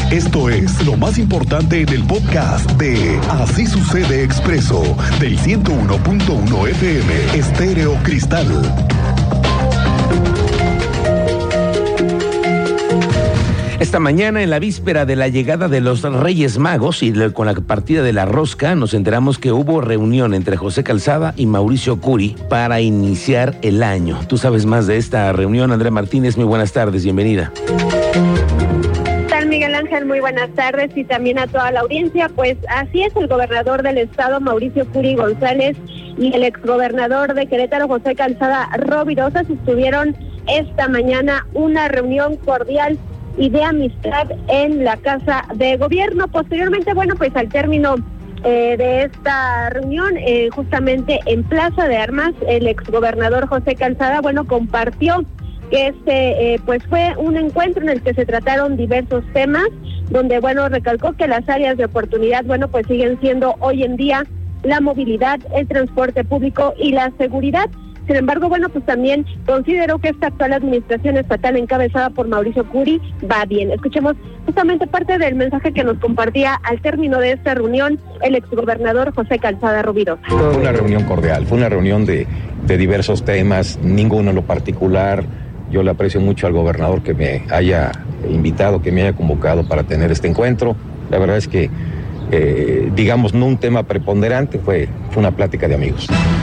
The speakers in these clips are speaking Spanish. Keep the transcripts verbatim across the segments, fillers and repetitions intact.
Esto es lo más importante en el podcast de Así Sucede Expreso del ciento uno punto uno F M Estéreo Cristal. Esta mañana, en la víspera de la llegada de los Reyes Magos y con la partida de la rosca, nos enteramos que hubo reunión entre José Calzada y Mauricio Curi para iniciar el año. Tú sabes más de esta reunión, Andrea Martínez. Muy buenas tardes, bienvenida. Miguel Ángel, muy buenas tardes y también a toda la audiencia. Pues así es, el gobernador del estado, Mauricio Curi González, y el exgobernador de Querétaro, José Calzada Rovirosa, sostuvieron esta mañana una reunión cordial y de amistad en la Casa de Gobierno. Posteriormente, bueno, pues al término eh, de esta reunión, eh, justamente en Plaza de Armas, el exgobernador José Calzada, bueno, compartió que este eh, pues fue un encuentro en el que se trataron diversos temas, donde bueno recalcó que las áreas de oportunidad bueno pues siguen siendo hoy en día la movilidad, el transporte público y la seguridad. Sin embargo, bueno, pues también consideró que esta actual administración estatal encabezada por Mauricio Curi va bien. Escuchemos justamente parte del mensaje que nos compartía al término de esta reunión el exgobernador José Calzada Rovirosa. Fue una reunión cordial, fue una reunión de, de diversos temas, ninguno en lo particular. Yo le aprecio mucho al gobernador que me haya invitado, que me haya convocado para tener este encuentro. La verdad es que, eh, digamos, no un tema preponderante, fue, fue una plática de amigos.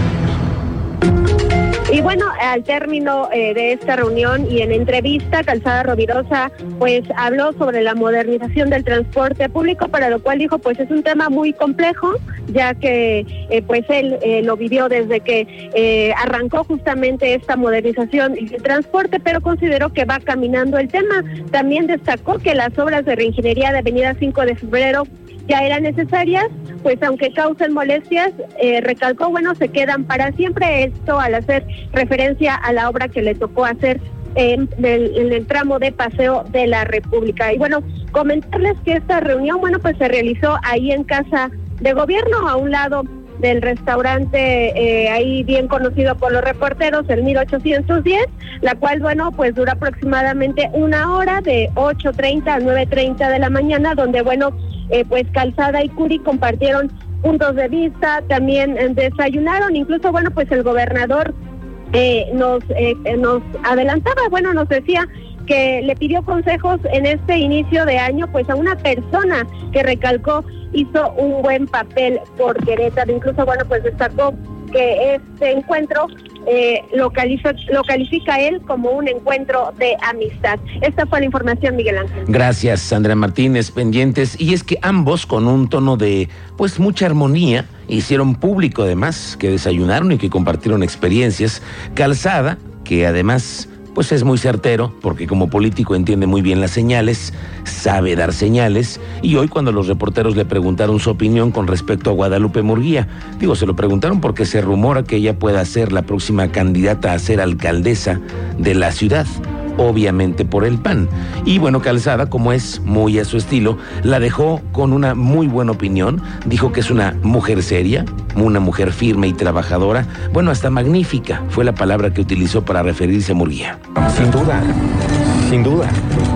Y bueno, al término eh, de esta reunión y en entrevista, Calzada Rovirosa pues habló sobre la modernización del transporte público, para lo cual dijo pues es un tema muy complejo, ya que eh, pues él eh, lo vivió desde que eh, arrancó justamente esta modernización del transporte, pero consideró que va caminando el tema. También destacó que las obras de reingeniería de Avenida cinco de febrero ya eran necesarias, pues aunque causen molestias, eh, recalcó, bueno, se quedan para siempre, esto al hacer referencia a la obra que le tocó hacer en el, en el tramo de Paseo de la República. Y bueno, comentarles que esta reunión, bueno, pues se realizó ahí en Casa de Gobierno, a un lado del restaurante eh, ahí bien conocido por los reporteros, el mil ochocientos diez, la cual, bueno, pues dura aproximadamente una hora de ocho treinta a nueve treinta de la mañana, donde, bueno, eh, pues Calzada y Curi compartieron puntos de vista, también eh, desayunaron, incluso, bueno, pues el gobernador eh, nos, eh, nos adelantaba, bueno, nos decía que le pidió consejos en este inicio de año, pues a una persona que recalcó hizo un buen papel por Querétaro. Incluso, bueno, pues destacó que este encuentro eh, lo, califica, lo califica él como un encuentro de amistad. Esta fue la información, Miguel Ángel. Gracias, Andrea Martínez, pendientes. Y es que ambos, con un tono de, pues, mucha armonía, hicieron público además que desayunaron y que compartieron experiencias. Calzada, que además pues es muy certero, porque como político entiende muy bien las señales, sabe dar señales, y hoy cuando los reporteros le preguntaron su opinión con respecto a Guadalupe Murguía, digo, se lo preguntaron porque se rumora que ella pueda ser la próxima candidata a ser alcaldesa de la ciudad, obviamente por el P A N. Y bueno, Calzada, como es muy a su estilo, la dejó con una muy buena opinión, dijo que es una mujer seria, una mujer firme y trabajadora, bueno, hasta magnífica, fue la palabra que utilizó para referirse a Murguía. Sin duda, sin duda,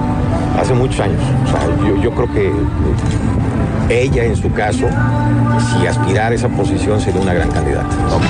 hace muchos años, o sea, yo, yo creo que ella en su caso, si aspirara a esa posición sería una gran candidata, ¿no?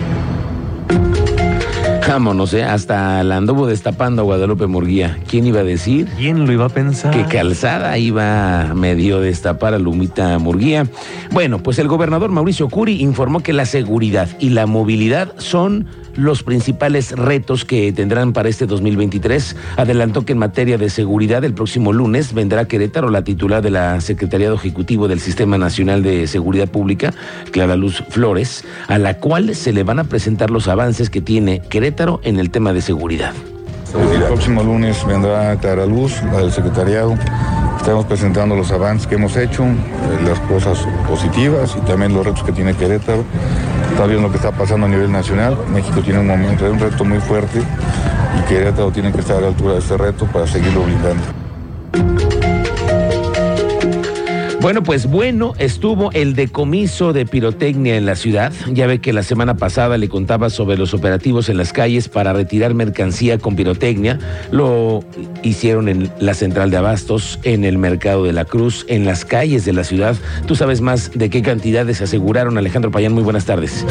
Vámonos, ¿eh? Hasta la anduvo destapando a Guadalupe Murguía. ¿Quién iba a decir? ¿Quién lo iba a pensar? Que Calzada iba medio destapar a Lumita Murguía. Bueno, pues el gobernador Mauricio Curi informó que la seguridad y la movilidad son los principales retos que tendrán para este dos mil veintitrés. Adelantó que en materia de seguridad el próximo lunes vendrá a Querétaro la titular de la Secretariado Ejecutivo del Sistema Nacional de Seguridad Pública, Clara Luz Flores, a la cual se le van a presentar los avances que tiene Querétaro en el tema de seguridad. El próximo lunes vendrá Clara Luz, la del secretariado. Estamos presentando los avances que hemos hecho, las cosas positivas y también los retos que tiene Querétaro. Está viendo lo que está pasando a nivel nacional. México tiene un momento, un reto muy fuerte y Querétaro tiene que estar a la altura de este reto para seguirlo blindando. Bueno, pues bueno estuvo el decomiso de pirotecnia en la ciudad. Ya ve que la semana pasada le contaba sobre los operativos en las calles para retirar mercancía con pirotecnia. Lo hicieron en la central de abastos, en el mercado de la Cruz, en las calles de la ciudad. Tú sabes más de qué cantidades se aseguraron. Alejandro Payán, muy buenas tardes.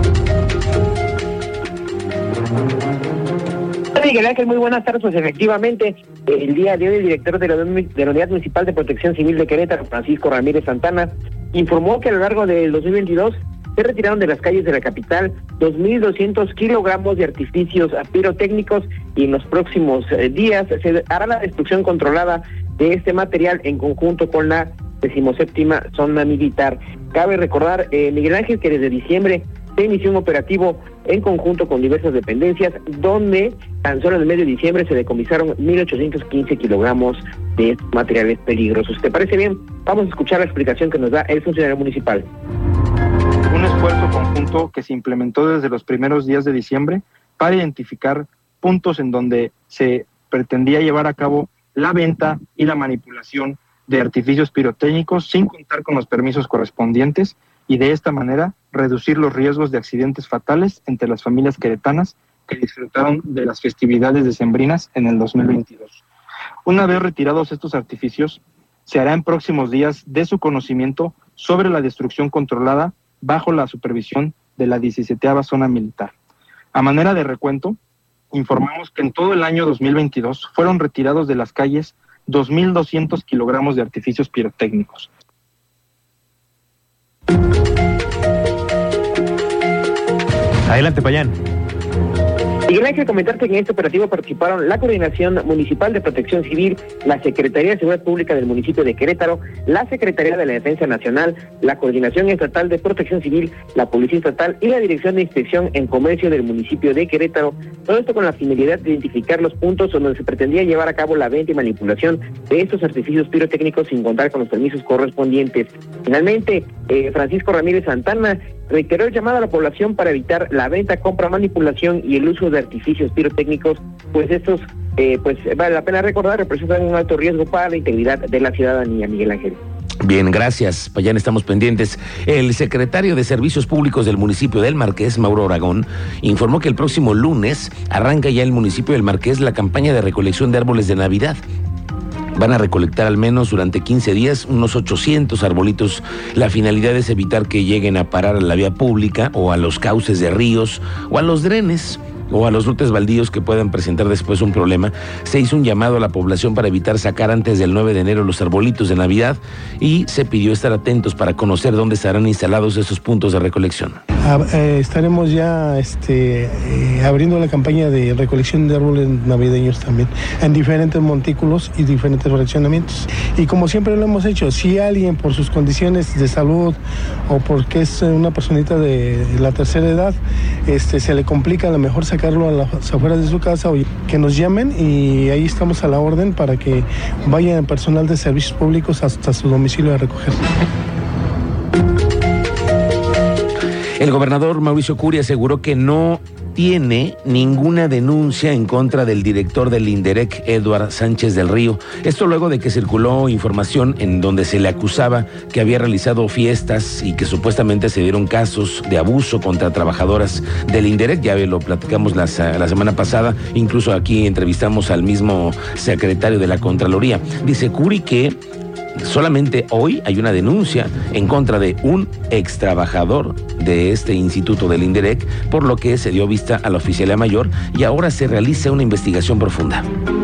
Miguel Ángel, muy buenas tardes. Pues efectivamente, el día de hoy el director de la, de la Unidad Municipal de Protección Civil de Querétaro, Francisco Ramírez Santana, informó que a lo largo del dos mil veintidós se retiraron de las calles de la capital dos mil doscientos kilogramos de artificios pirotécnicos y en los próximos eh, días se hará la destrucción controlada de este material en conjunto con la decimoséptima zona militar. Cabe recordar, eh, Miguel Ángel, que desde diciembre se inició un operativo en conjunto con diversas dependencias, donde tan solo en el mes de diciembre se decomisaron mil ochocientos quince kilogramos de materiales peligrosos. ¿Te parece bien? Vamos a escuchar la explicación que nos da el funcionario municipal. Un esfuerzo conjunto que se implementó desde los primeros días de diciembre para identificar puntos en donde se pretendía llevar a cabo la venta y la manipulación de artificios pirotécnicos sin contar con los permisos correspondientes, y de esta manera reducir los riesgos de accidentes fatales entre las familias queretanas que disfrutaron de las festividades decembrinas en el dos mil veintidós. Una vez retirados estos artificios, se hará en próximos días de su conocimiento sobre la destrucción controlada bajo la supervisión de la diecisiete Zona Militar. A manera de recuento, informamos que en todo el año dos mil veintidós fueron retirados de las calles dos mil doscientos kilogramos de artificios pirotécnicos. Adelante, Payán. Miguel Ángel, comentarte que en este operativo participaron la Coordinación Municipal de Protección Civil, la Secretaría de Seguridad Pública del municipio de Querétaro, la Secretaría de la Defensa Nacional, la Coordinación Estatal de Protección Civil, la Policía Estatal y la Dirección de Inspección en Comercio del municipio de Querétaro. Todo esto con la finalidad de identificar los puntos donde se pretendía llevar a cabo la venta y manipulación de estos artificios pirotécnicos sin contar con los permisos correspondientes. Finalmente, eh, Francisco Ramírez Santana reiteró el llamado a la población para evitar la venta, compra, manipulación y el uso de artificios pirotécnicos, pues estos, eh, pues vale la pena recordar, representan un alto riesgo para la integridad de la ciudadanía, Miguel Ángel. Bien, gracias. Payán, estamos pendientes. El secretario de Servicios Públicos del municipio del Marqués, Mauro Aragón, informó que el próximo lunes arranca ya el municipio del Marqués la campaña de recolección de árboles de Navidad. Van a recolectar al menos durante quince días unos ochocientos arbolitos. La finalidad es evitar que lleguen a parar a la vía pública o a los cauces de ríos o a los drenes o a los lotes baldíos que puedan presentar después un problema. Se hizo un llamado a la población para evitar sacar antes del nueve de enero los arbolitos de Navidad y se pidió estar atentos para conocer dónde estarán instalados esos puntos de recolección. Ah, eh, estaremos ya este, eh, abriendo la campaña de recolección de árboles navideños también en diferentes montículos y diferentes fraccionamientos. Y como siempre lo hemos hecho, si alguien por sus condiciones de salud o porque es una personita de la tercera edad, este, se le complica, a lo mejor sacarlo a las afueras de su casa, o que nos llamen y ahí estamos a la orden para que vaya el personal de servicios públicos hasta su domicilio a recoger. El gobernador Mauricio Curi aseguró que no tiene ninguna denuncia en contra del director del INDEREC, Eduard Sánchez del Río. Esto luego de que circuló información en donde se le acusaba que había realizado fiestas y que supuestamente se dieron casos de abuso contra trabajadoras del INDEREC. Ya lo platicamos la, la semana pasada, incluso aquí entrevistamos al mismo secretario de la Contraloría. Dice Curi que solamente hoy hay una denuncia en contra de un ex trabajador de este instituto del INDEREC, por lo que se dio vista a la oficialía mayor y ahora se realiza una investigación profunda.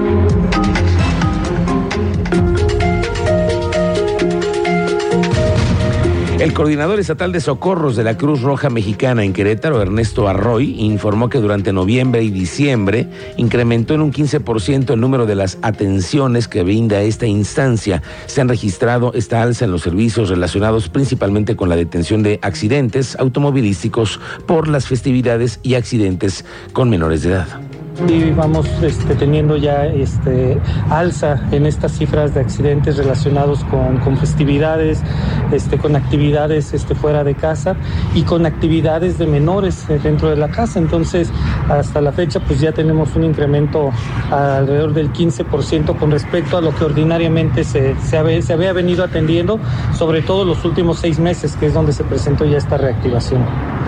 El coordinador estatal de socorros de la Cruz Roja Mexicana en Querétaro, Ernesto Arroy, informó que durante noviembre y diciembre incrementó en un quince por ciento el número de las atenciones que brinda esta instancia. Se han registrado esta alza en los servicios relacionados principalmente con la detención de accidentes automovilísticos por las festividades y accidentes con menores de edad. Y vamos este, teniendo ya este, alza en estas cifras de accidentes relacionados con, con festividades, este, con actividades este, fuera de casa y con actividades de menores dentro de la casa. Entonces, hasta la fecha, pues ya tenemos un incremento alrededor del quince por ciento con respecto a lo que ordinariamente se, se, había, se había venido atendiendo, sobre todo los últimos seis meses, que es donde se presentó ya esta reactivación.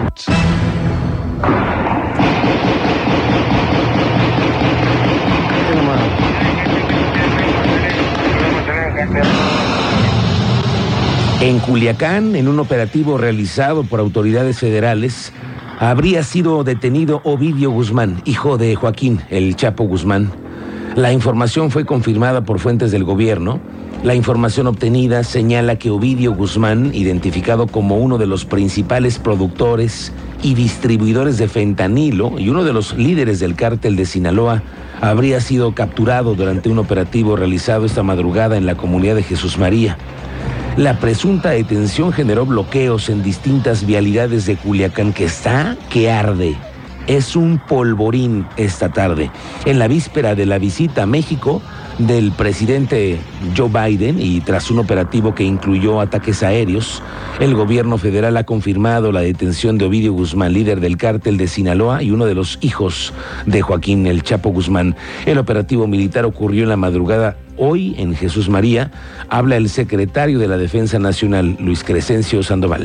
En Culiacán, en un operativo realizado por autoridades federales, habría sido detenido Ovidio Guzmán, hijo de Joaquín El Chapo Guzmán. La información fue confirmada por fuentes del gobierno. La información obtenida señala que Ovidio Guzmán, identificado como uno de los principales productores y distribuidores de fentanilo y uno de los líderes del cártel de Sinaloa, habría sido capturado durante un operativo realizado esta madrugada en la comunidad de Jesús María. La presunta detención generó bloqueos en distintas vialidades de Culiacán, que está que arde. Es un polvorín esta tarde. En la víspera de la visita a México del presidente Joe Biden y tras un operativo que incluyó ataques aéreos, el gobierno federal ha confirmado la detención de Ovidio Guzmán, líder del cártel de Sinaloa y uno de los hijos de Joaquín El Chapo Guzmán. El operativo militar ocurrió en la madrugada hoy en Jesús María. Habla el secretario de la Defensa Nacional, Luis Crescencio Sandoval.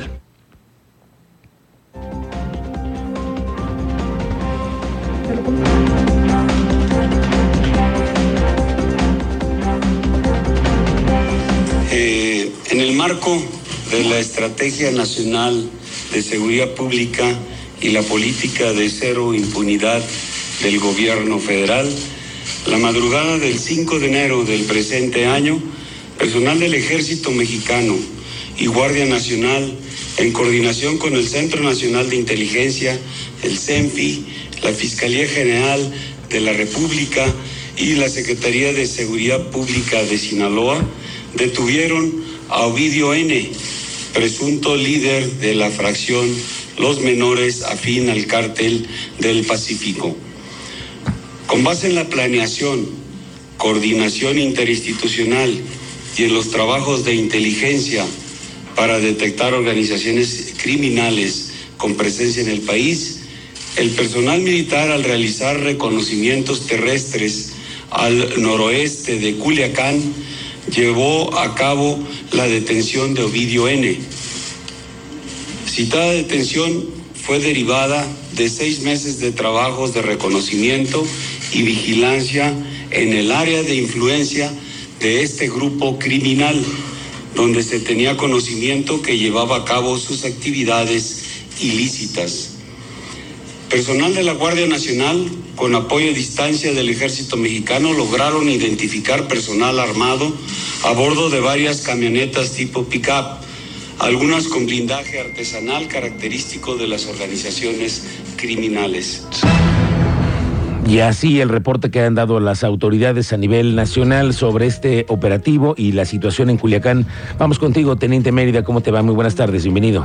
Eh, en el marco de la Estrategia Nacional de Seguridad Pública y la política de cero impunidad del gobierno federal, la madrugada del cinco de enero del presente año, personal del Ejército Mexicano y Guardia Nacional, en coordinación con el Centro Nacional de Inteligencia, el CENFI, la Fiscalía General de la República y la Secretaría de Seguridad Pública de Sinaloa, detuvieron a Ovidio N., presunto líder de la fracción Los Menores afín al Cártel del Pacífico. Con base en la planeación, coordinación interinstitucional y en los trabajos de inteligencia para detectar organizaciones criminales con presencia en el país, el personal militar, al realizar reconocimientos terrestres al noroeste de Culiacán, llevó a cabo la detención de Ovidio N. Citada detención fue derivada de seis meses de trabajos de reconocimiento y vigilancia en el área de influencia de este grupo criminal, donde se tenía conocimiento que llevaba a cabo sus actividades ilícitas. Personal de la Guardia Nacional, con apoyo a distancia del Ejército Mexicano, lograron identificar personal armado a bordo de varias camionetas tipo pick-up, algunas con blindaje artesanal característico de las organizaciones criminales. Y así el reporte que han dado las autoridades a nivel nacional sobre este operativo y la situación en Culiacán. Vamos contigo, Teniente Mérida, ¿cómo te va? Muy buenas tardes, bienvenido.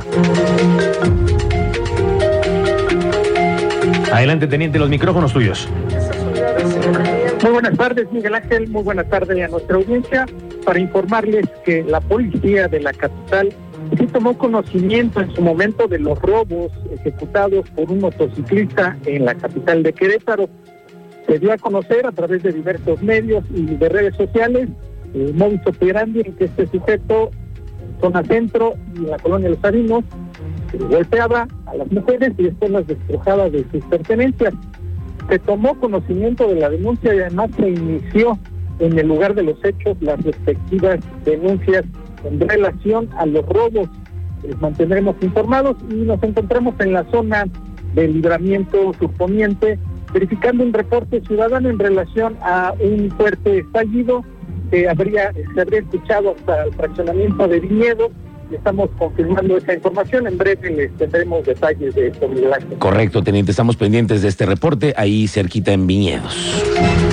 Adelante, Teniente, los micrófonos tuyos. Muy buenas tardes, Miguel Ángel, muy buenas tardes a nuestra audiencia, para informarles que la policía de la capital sí tomó conocimiento en su momento de los robos ejecutados por un motociclista en la capital de Querétaro. Se dio a conocer a través de diversos medios y de redes sociales el modus operandi en que este sujeto, zona centro y en la colonia Los Arinos, golpeaba a las mujeres y después las destrujaba de sus pertenencias. Se tomó conocimiento de la denuncia y además se inició en el lugar de los hechos las respectivas denuncias en relación a los robos. Les mantendremos informados y nos encontramos en la zona del Libramiento Surponiente verificando un reporte ciudadano en relación a un fuerte estallido que habría, se habría escuchado hasta el fraccionamiento de Viñedos. Estamos confirmando esta información. En breve les tendremos detalles de esto, Miguel Ángel. Correcto, Teniente. Estamos pendientes de este reporte ahí cerquita en Viñedos.